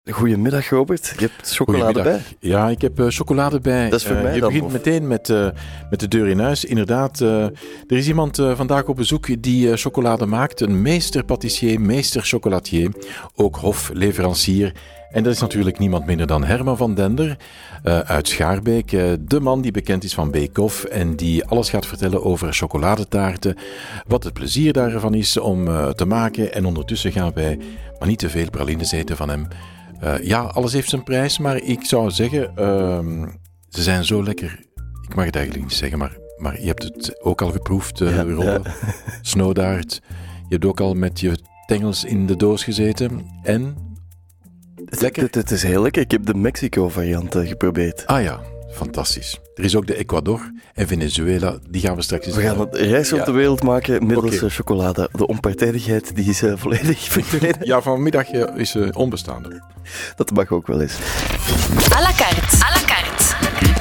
Goedemiddag, Robert. Je hebt chocolade bij. Ja, ik heb chocolade bij. Dat is voor mij je dan, begint of? meteen met de deur in huis. Inderdaad, er is iemand vandaag op bezoek die chocolade maakt. Een meester-patissier, meester-chocolatier. Ook hofleverancier. En dat is natuurlijk niemand minder dan Herman van Dender uit Schaarbeek. De man die bekend is van Beekhoff en die alles gaat vertellen over chocoladetaarten. Wat het plezier daarvan is om te maken. En ondertussen gaan wij maar niet te veel pralines eten van hem. Ja, alles heeft zijn prijs, maar ik zou zeggen, ze zijn zo lekker. Ik mag het eigenlijk niet zeggen, maar je hebt het ook al geproefd, Robbe. Ja. Snowdaard. Je hebt ook al met je tengels in de doos gezeten. En? Lekker? Het is heel lekker. Ik heb de Mexico-variant geprobeerd. Ah ja, fantastisch. Er is ook de Ecuador en Venezuela. Die gaan we straks eens... We gaan het reis rond de wereld maken middels chocolade. De onpartijdigheid die is volledig verdwenen. Ja, vanmiddag is onbestaande. Dat mag ook wel eens. À la carte. À la carte.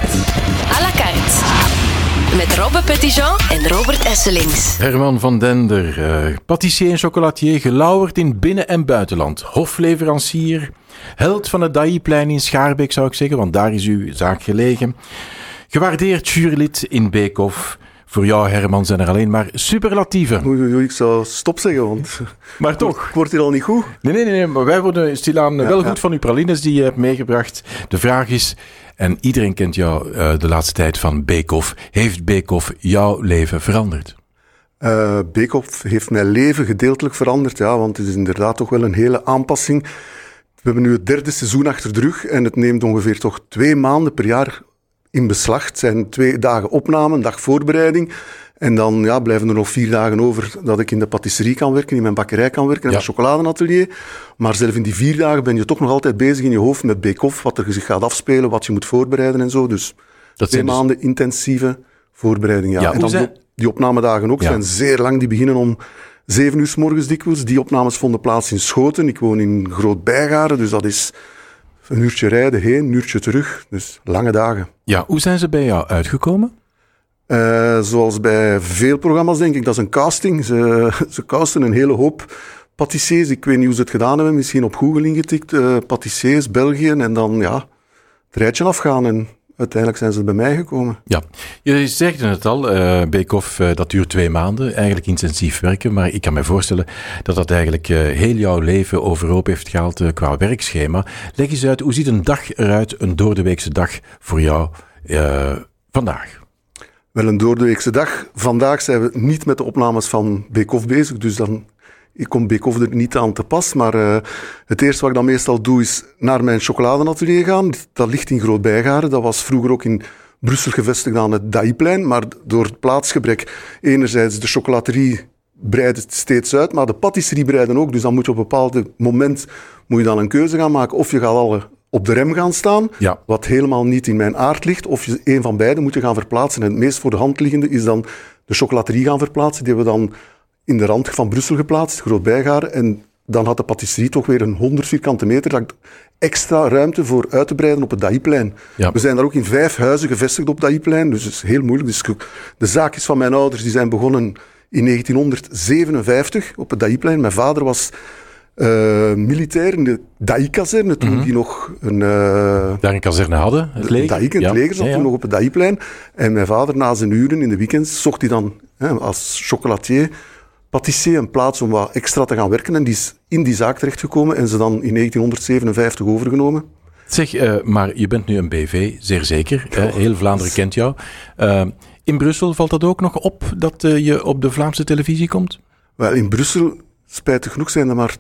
À la carte. Met Robbe Petitjean en Robert Esselings. Herman van Dender, patissier en chocolatier, gelauwerd in binnen- en buitenland. Hofleverancier, held van het Daïplein in Schaarbeek zou ik zeggen, want daar is uw zaak gelegen. Gewaardeerd jurylid in Beekhoff. Voor jou, Herman, zijn er alleen maar superlatieven. Oei, ik zou stop zeggen, want... Maar toch. Wordt hier al niet goed? Nee, maar wij worden stilaan wel goed van uw pralines die je hebt meegebracht. De vraag is, en iedereen kent jou de laatste tijd van Beekhoff. Heeft Beekhoff jouw leven veranderd? Beekhoff heeft mijn leven gedeeltelijk veranderd, ja, want het is inderdaad toch wel een hele aanpassing. We hebben nu het 3e seizoen achter de rug en het neemt ongeveer toch 2 maanden per jaar in beslag. Het zijn 2 dagen opname, een dag voorbereiding. En dan blijven er nog 4 dagen over dat ik in de patisserie kan werken, in mijn bakkerij kan werken, in het chocoladenatelier. Maar zelf in die 4 dagen ben je toch nog altijd bezig in je hoofd met Beekhoff, wat er zich gaat afspelen, wat je moet voorbereiden en zo. Dus dat 2 maanden intensieve voorbereiding. Ja. En dan die opnamedagen ook zijn zeer lang. Die beginnen om 7 uur 's morgens dikwijls. Die opnames vonden plaats in Schoten. Ik woon in Groot-Bijgaren, dus dat is... een uurtje rijden heen, een uurtje terug. Dus lange dagen. Ja, hoe zijn ze bij jou uitgekomen? Zoals bij veel programma's, denk ik. Dat is een casting. Ze casten een hele hoop patissiers. Ik weet niet hoe ze het gedaan hebben. Misschien op Google ingetikt. Patissiers, België. En dan het rijtje afgaan. En uiteindelijk zijn ze bij mij gekomen. Ja, je zegt het al. Beekhoff, dat duurt 2 maanden. Eigenlijk intensief werken. Maar ik kan me voorstellen dat dat eigenlijk heel jouw leven overhoop heeft gehaald qua werkschema. Leg eens uit, hoe ziet een dag eruit, een doordeweekse dag voor jou vandaag? Wel, een doordeweekse dag. Vandaag zijn we niet met de opnames van Beekhoff bezig, dus dan komt Beekhoff er niet aan te pas. Maar het eerste wat ik dan meestal doe, is naar mijn chocoladenatelier gaan. Dat ligt in Groot-Bijgaren. Dat was vroeger ook in Brussel gevestigd aan het Daïplein. Maar door het plaatsgebrek, enerzijds de chocolaterie breidt steeds uit, maar de patisserie breiden ook. Dus dan moet je op een bepaald moment een keuze gaan maken. Of je gaat alle op de rem gaan staan, wat helemaal niet in mijn aard ligt. Of je een van beide moet je gaan verplaatsen. En het meest voor de hand liggende is dan de chocolaterie gaan verplaatsen. Die hebben we dan in de rand van Brussel geplaatst, Groot-Bijgaren. En dan had de patisserie toch weer een 100 vierkante meter. Dat extra ruimte voor uit te breiden op het Daïplein. Ja. We zijn daar ook in 5 huizen gevestigd op Daïplein. Dus het is heel moeilijk. Dus de zaakjes van mijn ouders die zijn begonnen in 1957 op het Daïplein. Mijn vader was militair in de Daï-kazerne, toen die nog daar een kazerne hadden, het leger? Het leger zat toen nog op het Daïplein. En mijn vader, na zijn uren in de weekends, zocht hij dan als chocolatier, patissier, een plaats om wat extra te gaan werken. En die is in die zaak terechtgekomen en ze dan in 1957 overgenomen. Zeg, maar je bent nu een BV, zeer zeker. Heel Vlaanderen kent jou. In Brussel valt dat ook nog op, dat je op de Vlaamse televisie komt? Wel, in Brussel, spijtig genoeg, zijn er maar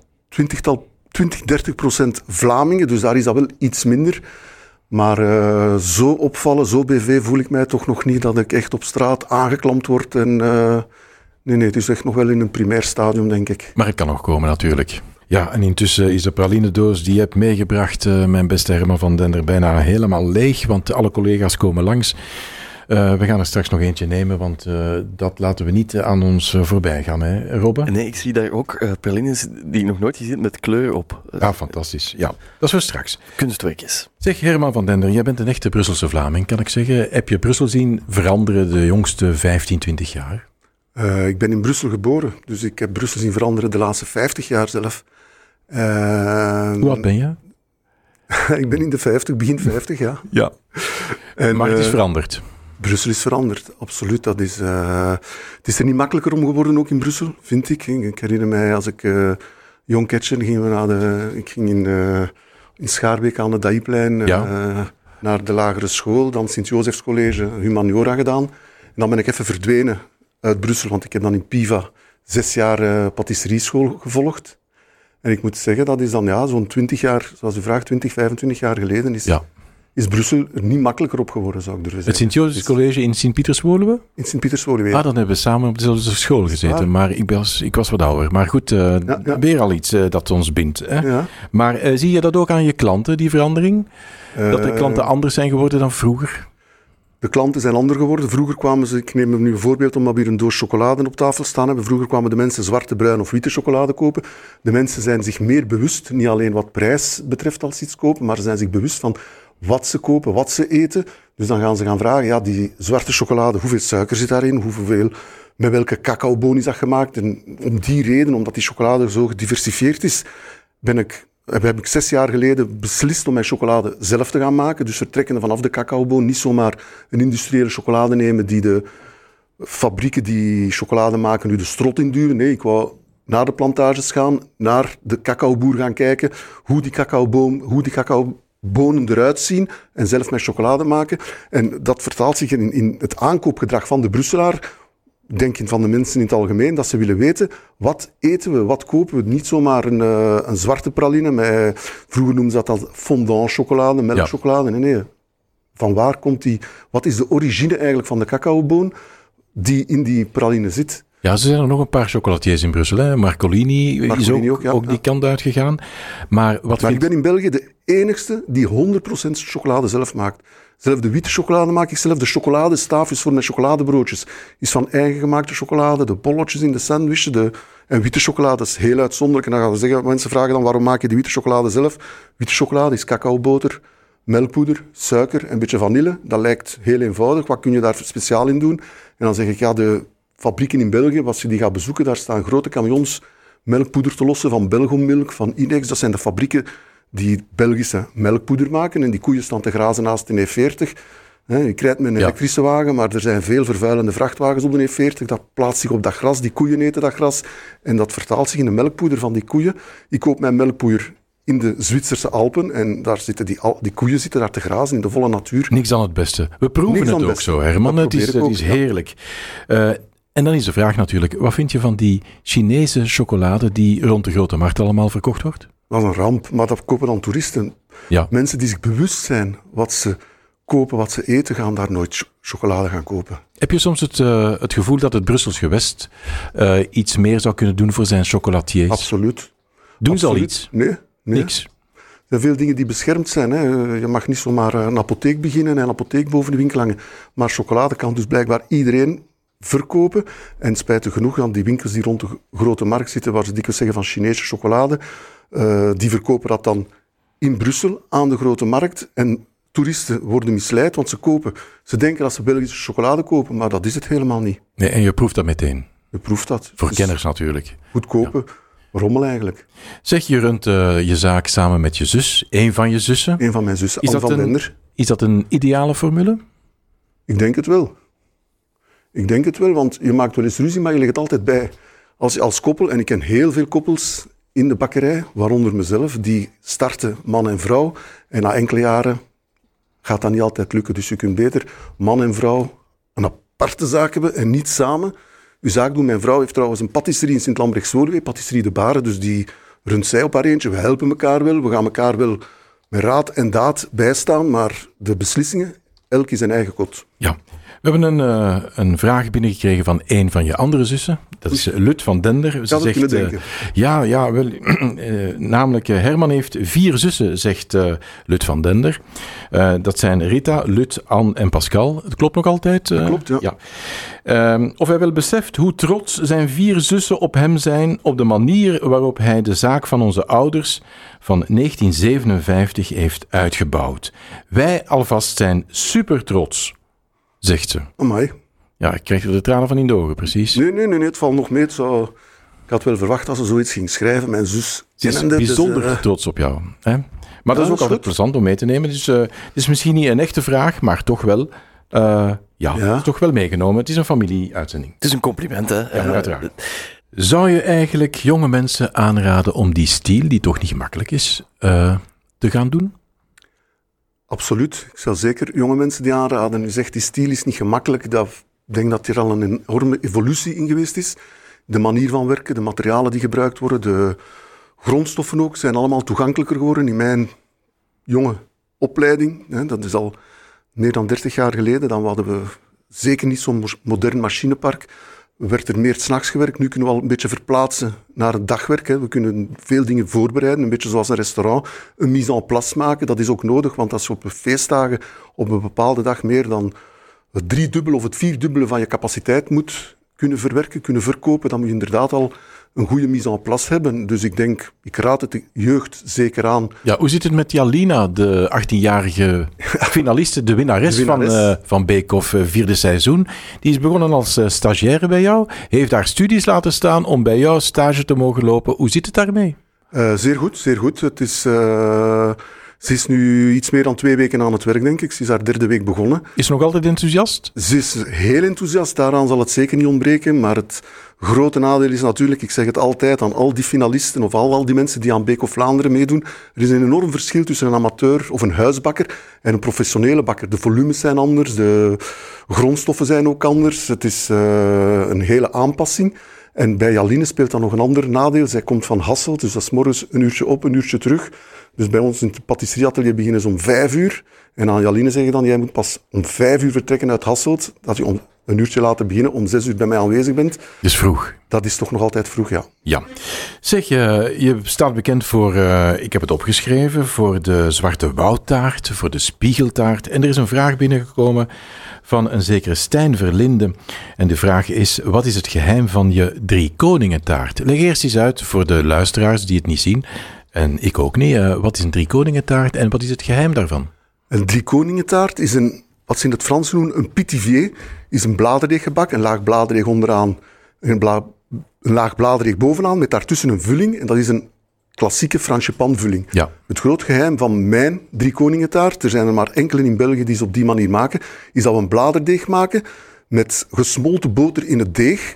20-30% Vlamingen, dus daar is dat wel iets minder. Maar zo opvallen, zo BV voel ik mij toch nog niet dat ik echt op straat aangeklampt word. En, nee, het is echt nog wel in een primair stadium, denk ik. Maar het kan nog komen, natuurlijk. Ja, en intussen is de pralinedoos die je hebt meegebracht, mijn beste Herman van Dender, bijna helemaal leeg, want alle collega's komen langs. We gaan er straks nog eentje nemen, want dat laten we niet aan ons voorbij gaan, hè, Robbe? Nee, ik zie daar ook pralines die ik nog nooit gezien met kleur op. Ja, fantastisch. Ja, dat is voor straks. Kunstwerkjes. Zeg, Herman van Dender, jij bent een echte Brusselse Vlaming, kan ik zeggen. Heb je Brussel zien veranderen de jongste 15, 20 jaar? Ik ben in Brussel geboren, dus ik heb Brussel zien veranderen de laatste 50 jaar zelf. Hoe oud ben je? Ik ben in de 50, begin 50, ja. Ja. Maar het is veranderd. Brussel is veranderd, absoluut. Het is er niet makkelijker om geworden, ook in Brussel, vind ik. Ik herinner mij, als ik jong catcher, ik ging in Schaarbeek aan de Daïplein naar de lagere school, dan Sint-Josefs College, humaniora gedaan. En dan ben ik even verdwenen uit Brussel, want ik heb dan in Piva 6 jaar pâtisserieschool gevolgd. En ik moet zeggen, dat is dan zo'n 20 jaar, zoals u vraagt, 20, 25 jaar geleden is Brussel er niet makkelijker op geworden, zou ik durven zeggen. Het Sint-Josefs College in Sint-Pieterswoluwe? In Sint-Pieterswoluwe, ja. Dan hebben we samen op dezelfde school gezeten, maar ik was wat ouder. Maar goed, weer al iets dat ons bindt. Hè? Ja. Maar zie je dat ook aan je klanten, die verandering? Dat de klanten anders zijn geworden dan vroeger? De klanten zijn ander geworden. Vroeger kwamen ze, ik neem nu een voorbeeld omdat we hier een doos chocolade op tafel staan hebben. Vroeger kwamen de mensen zwarte, bruine of witte chocolade kopen. De mensen zijn zich meer bewust, niet alleen wat prijs betreft als ze iets kopen, maar ze zijn zich bewust van wat ze kopen, wat ze eten. Dus dan gaan ze gaan vragen, die zwarte chocolade, hoeveel suiker zit daarin? Met welke cacaoboon is dat gemaakt? En om die reden, omdat die chocolade zo gediversifieerd is, heb ik 6 jaar geleden beslist om mijn chocolade zelf te gaan maken. Dus vertrekkende vanaf de cacaoboon, niet zomaar een industriële chocolade nemen die de fabrieken die chocolade maken nu de strot induwen. Nee, ik wou naar de plantages gaan, naar de cacaoboer gaan kijken, hoe die cacaobonen eruit zien en zelf mijn chocolade maken. En dat vertaalt zich in het aankoopgedrag van de Brusselaar, denk ik, van de mensen in het algemeen, dat ze willen weten, wat eten we, wat kopen we? Niet zomaar een zwarte praline, vroeger noemden ze dat als fondant chocolade, melkchocolade. Nee. Van waar komt die? Wat is de origine eigenlijk van de cacaoboon die in die praline zit? Ja, er zijn er nog een paar chocolatiers in Brussel. Hè. Marcolini is ook die kant uitgegaan. Maar ik ben in België de enigste die 100% chocolade zelf maakt. Zelf de witte chocolade maak ik zelf. De chocoladestaafjes voor mijn chocoladebroodjes is van eigen gemaakte chocolade. De bolletjes in de sandwiches. En witte chocolade is heel uitzonderlijk. En dan gaan we zeggen, mensen vragen dan, waarom maak je die witte chocolade zelf? Witte chocolade is cacaoboter, melkpoeder, suiker en een beetje vanille. Dat lijkt heel eenvoudig. Wat kun je daar speciaal in doen? En dan zeg ik, de fabrieken in België, als je die gaat bezoeken, daar staan grote camions melkpoeder te lossen van Belgommilk, van Inex. Dat zijn de fabrieken die Belgische melkpoeder maken. En die koeien staan te grazen naast de E40. Je krijgt met een elektrische wagen, maar er zijn veel vervuilende vrachtwagens op de E40. Dat plaatst zich op dat gras, die koeien eten dat gras. En dat vertaalt zich in de melkpoeder van die koeien. Ik koop mijn melkpoeder in de Zwitserse Alpen en daar zitten die koeien zitten daar te grazen in de volle natuur. Niks dan het beste. We proeven het ook zo, Herman. Het is heerlijk. En dan is de vraag natuurlijk, wat vind je van die Chinese chocolade die rond de Grote Markt allemaal verkocht wordt? Dat is een ramp, maar dat kopen dan toeristen. Ja. Mensen die zich bewust zijn wat ze kopen, wat ze eten, gaan daar nooit chocolade gaan kopen. Heb je soms het gevoel dat het Brussels gewest iets meer zou kunnen doen voor zijn chocolatiers? Absoluut. Doen ze al iets? Nee. Niks. Er zijn veel dingen die beschermd zijn. Hè. Je mag niet zomaar een apotheek beginnen en een apotheek boven de winkel hangen. Maar chocolade kan dus blijkbaar iedereen verkopen. En spijtig genoeg, dan die winkels die rond de Grote Markt zitten, waar ze dikwijls zeggen van Chinese chocolade, die verkopen dat dan in Brussel aan de Grote Markt. En toeristen worden misleid, want ze denken dat ze Belgische chocolade kopen, maar dat is het helemaal niet. Nee, en je proeft dat meteen. Je proeft dat. Voor kenners natuurlijk. Goed kopen. Ja. Rommel eigenlijk. Zeg, je runt je zaak samen met je zus, één van je zussen. Eén van mijn zussen, Anne van Dender. Is dat een ideale formule? Ik denk het wel. Want je maakt wel eens ruzie, maar je legt het altijd bij. Als koppel, en ik ken heel veel koppels in de bakkerij, waaronder mezelf, die starten man en vrouw. En na enkele jaren gaat dat niet altijd lukken. Dus je kunt beter man en vrouw een aparte zaak hebben en niet samen uw zaak doen. Mijn vrouw heeft trouwens een patisserie in Sint-Lambrechts-Woluwe, patisserie De Baren, dus die runt zij op haar eentje. We helpen elkaar wel, we gaan elkaar wel met raad en daad bijstaan, maar de beslissingen, elk in zijn eigen kot. Ja. We hebben een vraag binnengekregen van een van je andere zussen. Dat is Lut van Dender. Ze zegt, namelijk Herman heeft 4 zussen, zegt Lut van Dender. Dat zijn Rita, Lut, Anne en Pascal. Het klopt nog altijd? Dat klopt, ja. Of hij wel beseft hoe trots zijn 4 zussen op hem zijn, op de manier waarop hij de zaak van onze ouders van 1957 heeft uitgebouwd. Wij alvast zijn super trots, zegt ze. Amai. Ja, ik kreeg er de tranen van in de ogen, precies. Nee, het valt nog mee. Ik had wel verwacht dat ze zoiets ging schrijven. Mijn zus... Ze is bijzonder trots op jou. Hè? Maar dat is ook is altijd goed. plezant om mee te nemen. Dus het is misschien niet een echte vraag, maar toch wel... het is toch wel meegenomen. Het is een familie-uitzending. Het is een compliment, hè? Ja, uiteraard. Zou je eigenlijk jonge mensen aanraden om die stiel, die toch niet gemakkelijk is, te gaan doen? Absoluut. Ik zou zeker jonge mensen die aanraden. U zegt, die stiel is niet gemakkelijk. Ik denk dat er al een enorme evolutie in geweest is. De manier van werken, de materialen die gebruikt worden, de grondstoffen ook, zijn allemaal toegankelijker geworden. In mijn jonge opleiding, dat is al meer dan 30 jaar geleden, dan hadden we zeker niet zo'n modern machinepark. Werd er meer 's nachts gewerkt. Nu kunnen we al een beetje verplaatsen naar het dagwerk. We kunnen veel dingen voorbereiden, een beetje zoals een restaurant. Een mise en place maken, dat is ook nodig, want als je op feestdagen op een bepaalde dag meer dan het 3-dubbele of het 4-dubbele van je capaciteit moet kunnen verwerken, kunnen verkopen, dan moet je inderdaad al een goede mise en place hebben. Dus ik raad het de jeugd zeker aan. Ja, hoe zit het met Jalina, de 18-jarige finaliste, de winnares. Van Beekhoff, 4e seizoen? Die is begonnen als stagiaire bij jou, heeft haar studies laten staan om bij jou stage te mogen lopen. Hoe zit het daarmee? Zeer goed, zeer goed. Het is... Ze is nu iets meer dan 2 weken aan het werk, denk ik. Ze is haar 3e week begonnen. Is ze nog altijd enthousiast? Ze is heel enthousiast, daaraan zal het zeker niet ontbreken. Maar het grote nadeel is natuurlijk, ik zeg het altijd aan al die finalisten of al die mensen die aan Beekhoff Vlaanderen meedoen. Er is een enorm verschil tussen een amateur of een huisbakker en een professionele bakker. De volumes zijn anders, de grondstoffen zijn ook anders. Het is een hele aanpassing. En bij Jaline speelt dan nog een ander nadeel. Zij komt van Hasselt, dus dat is morgens een uurtje op, een uurtje terug. Dus bij ons in het patisserieatelier beginnen ze om 5 uur. En aan Jaline zeggen dan, jij moet pas om 5 uur vertrekken uit Hasselt. Dat je om een uurtje laten beginnen, om 6 uur bij mij aanwezig bent. Dus vroeg. Dat is toch nog altijd vroeg, ja. Ja. Zeg, je staat bekend voor, ik heb het opgeschreven, voor de Zwarte Woudtaart, voor de Spiegeltaart. En er is een vraag binnengekomen van een zekere Stijn Verlinde. En de vraag is, wat is het geheim van je 3 Koningentaart? Leg eerst eens uit voor de luisteraars die het niet zien. En ik ook niet. Wat is een 3 Koningentaart en wat is het geheim daarvan? Een 3 Koningentaart is wat ze in het Frans noemen, een pitivier. Is een bladerdeeggebak, een laag bladerdeeg onderaan, een laag bladerdeeg bovenaan, met daartussen een vulling. En dat is een klassieke frangipanvulling. Ja. Het groot geheim van mijn 3 Koningentaart, er zijn er maar enkele in België die ze op die manier maken, is dat we een bladerdeeg maken met gesmolten boter in het deeg.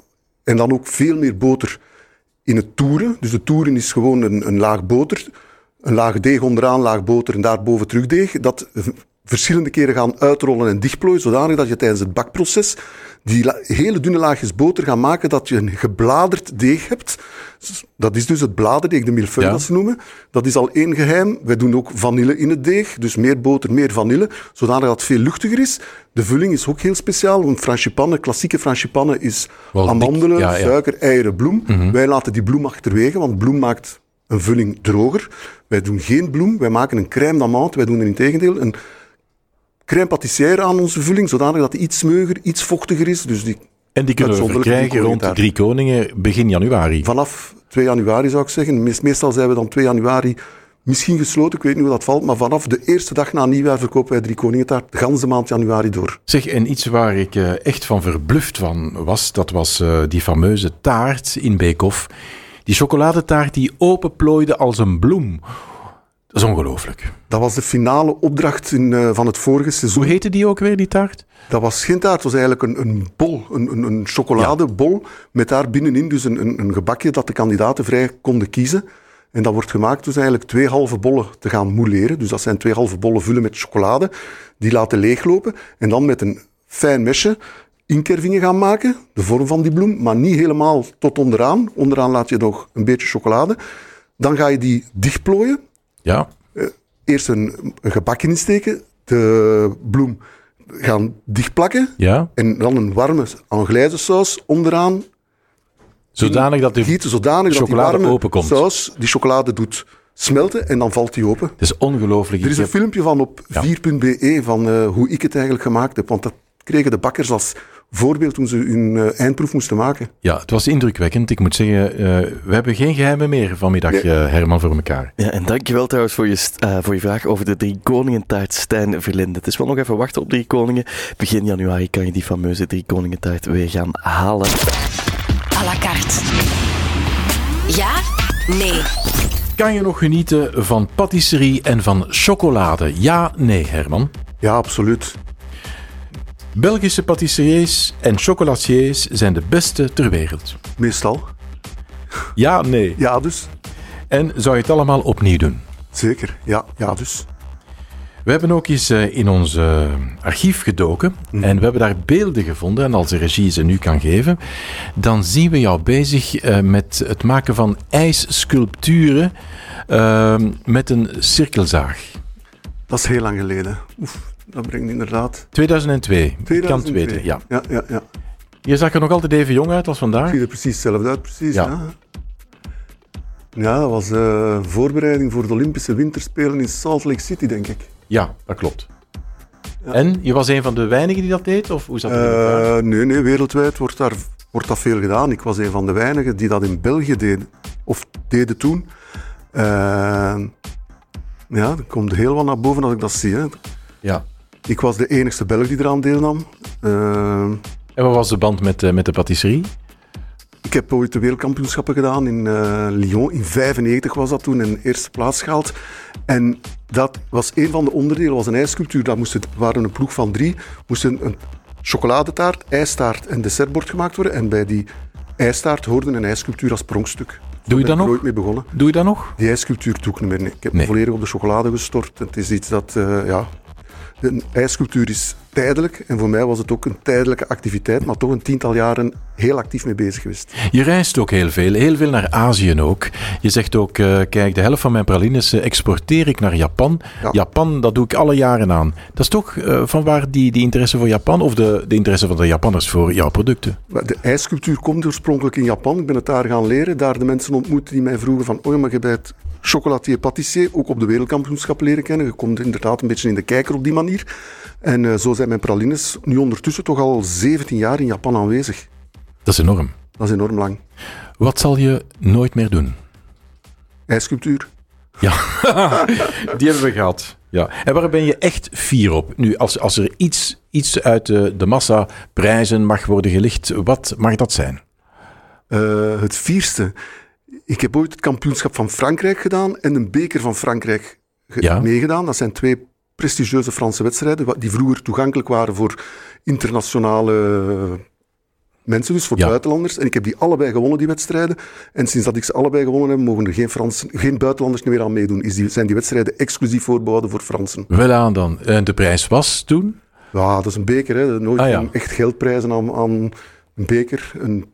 En dan ook veel meer boter in het toeren. Dus de toeren is gewoon een laag boter, een laag deeg onderaan, laag boter en daarboven terug deeg. Dat verschillende keren gaan uitrollen en dichtplooien, zodanig dat je tijdens het bakproces die hele dunne laagjes boter gaat maken, dat je een gebladerd deeg hebt. Dat is dus het bladerdeeg, de millefeuille dat ze noemen. Dat is al 1 geheim. Wij doen ook vanille in het deeg, dus meer boter, meer vanille, zodanig dat het veel luchtiger is. De vulling is ook heel speciaal, want frangipanne, klassieke frangipanne is amandelen, suiker, eieren, bloem. Mm-hmm. Wij laten die bloem achterwege, want bloem maakt een vulling droger. Wij doen geen bloem, wij maken een crème d'amande, wij doen er in tegendeel een crème pâtissière aan onze vulling, zodanig dat die iets smeuiger, iets vochtiger is. Dus die kunnen we verkrijgen rond de 3 Koningen begin januari. Vanaf 2 januari zou ik zeggen. Meestal zijn we dan 2 januari misschien gesloten, ik weet niet hoe dat valt, maar vanaf de eerste dag na nieuwjaar verkopen wij 3 Koningentaart de ganse maand januari door. Zeg, en iets waar ik echt van verbluft van was, dat was die fameuze taart in Beekhoff. Die chocoladetaart die openplooide als een bloem. Dat is ongelooflijk. Dat was de finale opdracht van het vorige seizoen. Hoe heette die ook weer, die taart? Dat was geen taart, het was eigenlijk een bol, een chocoladebol, met daar binnenin dus een gebakje dat de kandidaten vrij konden kiezen. En dat wordt gemaakt dus eigenlijk 2 halve bollen te gaan mouleren. Dus dat zijn 2 halve bollen vullen met chocolade, die laten leeglopen. En dan met een fijn mesje inkervingen gaan maken, de vorm van die bloem, maar niet helemaal tot onderaan. Onderaan laat je nog een beetje chocolade. Dan ga je die dichtplooien. Ja. Eerst een gebakje insteken, de bloem gaan dichtplakken. Ja. En dan een warme anglaise-saus onderaan. Zodanig dat die chocolade openkomt. Saus die chocolade doet smelten en dan valt die open. Het is ongelooflijk. Er is een filmpje van op 4.be van hoe ik het eigenlijk gemaakt heb. Want dat kregen de bakkers als voorbeeld toen ze hun eindproef moesten maken. Ja, het was indrukwekkend. Ik moet zeggen, we hebben geen geheimen meer vanmiddag, Herman, voor elkaar. Ja, en dankjewel trouwens voor je vraag over de 3 Koningentaart, Stijn Verlinde. Het is wel nog even wachten op 3 Koningen. Begin januari kan je die fameuze 3 Koningentaart weer gaan halen. À la carte. Ja? Nee. Kan je nog genieten van patisserie en van chocolade? Ja, nee, Herman? Ja, absoluut. Belgische patissiers en chocolatiers zijn de beste ter wereld. Meestal. Ja, nee. Ja, dus. En zou je het allemaal opnieuw doen? Zeker. Ja, dus. We hebben ook eens in ons archief gedoken en we hebben daar beelden gevonden. En als de regie ze nu kan geven, dan zien we jou bezig met het maken van ijssculpturen met een cirkelzaag. Dat is heel lang geleden. Dat brengt inderdaad... 2002. 2002. Ik kan het weten, ja. Ja. Je zag er nog altijd even jong uit als vandaag. Ziet er precies hetzelfde uit, precies. Ja. Ja, dat was voorbereiding voor de Olympische Winterspelen in Salt Lake City, denk ik. Ja, dat klopt. Ja. En je was een van de weinigen die dat deed? Of hoe zat het in elkaar? Nee, wereldwijd wordt dat veel gedaan. Ik was een van de weinigen die dat in België deden. Of deden toen. Ja, er komt heel wat naar boven als ik dat zie. Hè. Ja. Ik was de enigste Belg die eraan deelnam. En wat was de band met de patisserie? Ik heb ooit de wereldkampioenschappen gedaan in Lyon. In 1995 was dat toen, en eerste plaats gehaald. En dat was een van de onderdelen, was een ijssculptuur. We waren een ploeg van 3. Moesten een chocoladetaart, ijstaart en dessertbord gemaakt worden. En bij die ijstaart hoorde een ijssculptuur als pronkstuk. Doe je dat nog? Nooit mee begonnen. Doe je dat nog? Die ijssculptuur doe ik niet meer. Nee. Ik heb me volledig op de chocolade gestort. Het is iets dat, een ijssculptuur is tijdelijk. En voor mij was het ook een tijdelijke activiteit, maar toch een 10-tal jaren heel actief mee bezig geweest. Je reist ook heel veel naar Azië ook. Je zegt ook, kijk, de helft van mijn pralines exporteer ik naar Japan. Ja. Japan, dat doe ik alle jaren aan. Dat is toch vanwaar die interesse voor Japan, of de interesse van de Japanners voor jouw producten? De ijssculptuur komt oorspronkelijk in Japan. Ik ben het daar gaan leren. Daar de mensen ontmoet die mij vroegen van, maar je bent chocolatier, patissier, ook op de wereldkampioenschap leren kennen. Je komt inderdaad een beetje in de kijker op die manier. En zo zijn mijn pralines nu ondertussen toch al 17 jaar in Japan aanwezig. Dat is enorm. Dat is enorm lang. Wat zal je nooit meer doen? IJssculptuur. Ja, die hebben we gehad. Ja. En waar ben je echt fier op? Nu, als er iets uit de massa prijzen mag worden gelicht, wat mag dat zijn? Het fierste. Ik heb ooit het kampioenschap van Frankrijk gedaan en een beker van Frankrijk meegedaan. Dat zijn 2 prestigieuze Franse wedstrijden die vroeger toegankelijk waren voor internationale mensen, dus voor buitenlanders. En ik heb die allebei gewonnen, die wedstrijden. En sinds dat ik ze allebei gewonnen heb, mogen er geen buitenlanders meer aan meedoen. Zijn die wedstrijden exclusief voorbehouden voor Fransen. Wel aan dan. En de prijs was toen? Ja, dat is een beker. Hè. Nooit echt geldprijzen aan een beker,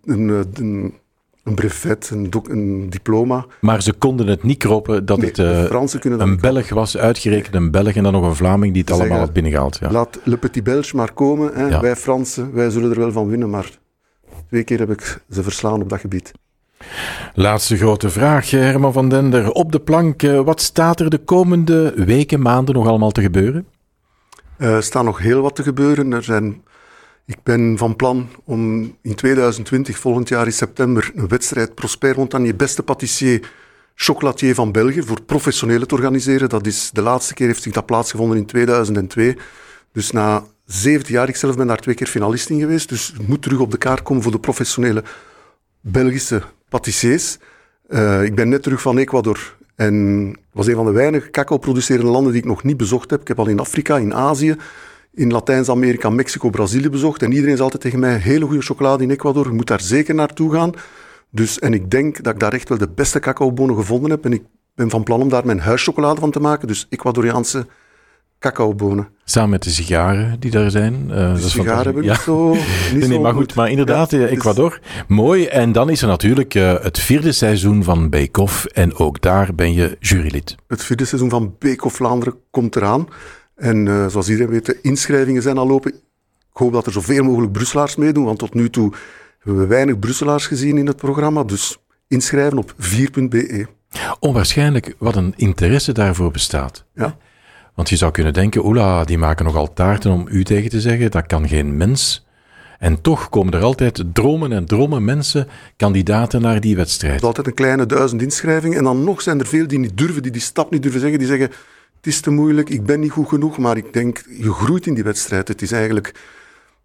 een brevet, een diploma. Maar ze konden het niet kroppen dat het een Belg was, uitgerekend een Belg en dan nog een Vlaming die het allemaal had binnengehaald. Ja. Laat Le Petit Belge maar komen. Hè. Ja. Wij Fransen, wij zullen er wel van winnen, maar 2 keer heb ik ze verslaan op dat gebied. Laatste grote vraag, Herman van Dender. Op de plank, wat staat er de komende weken, maanden nog allemaal te gebeuren? Er staat nog heel wat te gebeuren. Ik ben van plan om in 2020, volgend jaar in september, een wedstrijd Prosper Montagnier, beste patissier, chocolatier van België, voor professionelen te organiseren. De laatste keer heeft zich dat plaatsgevonden in 2002. Dus na 17 jaar, ik zelf ben daar 2 keer finalist in geweest, dus het moet terug op de kaart komen voor de professionele Belgische patissiers. Ik ben net terug van Ecuador en het was een van de weinige cacao-producerende landen die ik nog niet bezocht heb. Ik heb al in Afrika, in Azië, in Latijns-Amerika, Mexico, Brazilië bezocht. En iedereen zei altijd tegen mij, hele goede chocolade in Ecuador, je moet daar zeker naartoe gaan. En ik denk dat ik daar echt wel de beste cacaobonen gevonden heb. En ik ben van plan om daar mijn huischocolade van te maken. Dus Ecuadoriaanse cacaobonen. Samen met de sigaren die daar zijn. De sigaren heb ik niet zo Nee, maar goed, maar inderdaad, Ecuador. Mooi. En dan is er natuurlijk het 4e seizoen van Bake Off. En ook daar ben je jurylid. Het 4e seizoen van Bake Off Vlaanderen komt eraan. En zoals iedereen weet, de inschrijvingen zijn al lopen. Ik hoop dat er zoveel mogelijk Brusselaars meedoen, want tot nu toe hebben we weinig Brusselaars gezien in het programma. Dus inschrijven op 4.be. Onwaarschijnlijk wat een interesse daarvoor bestaat. Ja. Want je zou kunnen denken, oela, die maken nogal taarten om u tegen te zeggen. Dat kan geen mens. En toch komen er altijd dromen en dromen mensen, kandidaten naar die wedstrijd. Er is altijd een kleine 1000 inschrijvingen. En dan nog zijn er veel die niet durven, die stap niet durven zeggen. Die zeggen, het is te moeilijk, ik ben niet goed genoeg. Maar ik denk, je groeit in die wedstrijd. Het is eigenlijk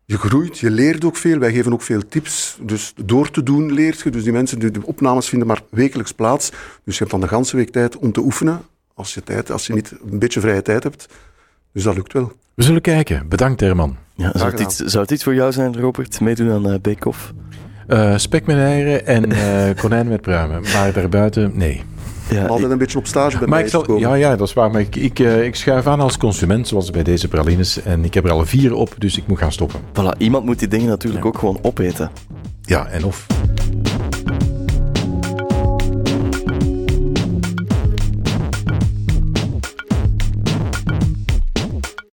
je groeit, je leert ook veel. Wij geven ook veel tips. Dus door te doen leert je. Dus die mensen, de opnames vinden maar wekelijks plaats. Dus je hebt dan de ganse week tijd om te oefenen. Als je niet een beetje vrije tijd hebt. Dus dat lukt wel. We zullen kijken. Bedankt, Herman. Ja, zou het iets voor jou zijn, Robert? Meedoen aan Bake-Off? Spek met eieren en konijn met pruimen. Maar daarbuiten, nee. Ja, altijd een beetje op stage bij mij komen. Ja, dat is waar. Maar ik schuif aan als consument, zoals bij deze pralines. En ik heb er al 4 op, dus ik moet gaan stoppen. Voilà, iemand moet die dingen natuurlijk ook gewoon opeten. Ja, en of...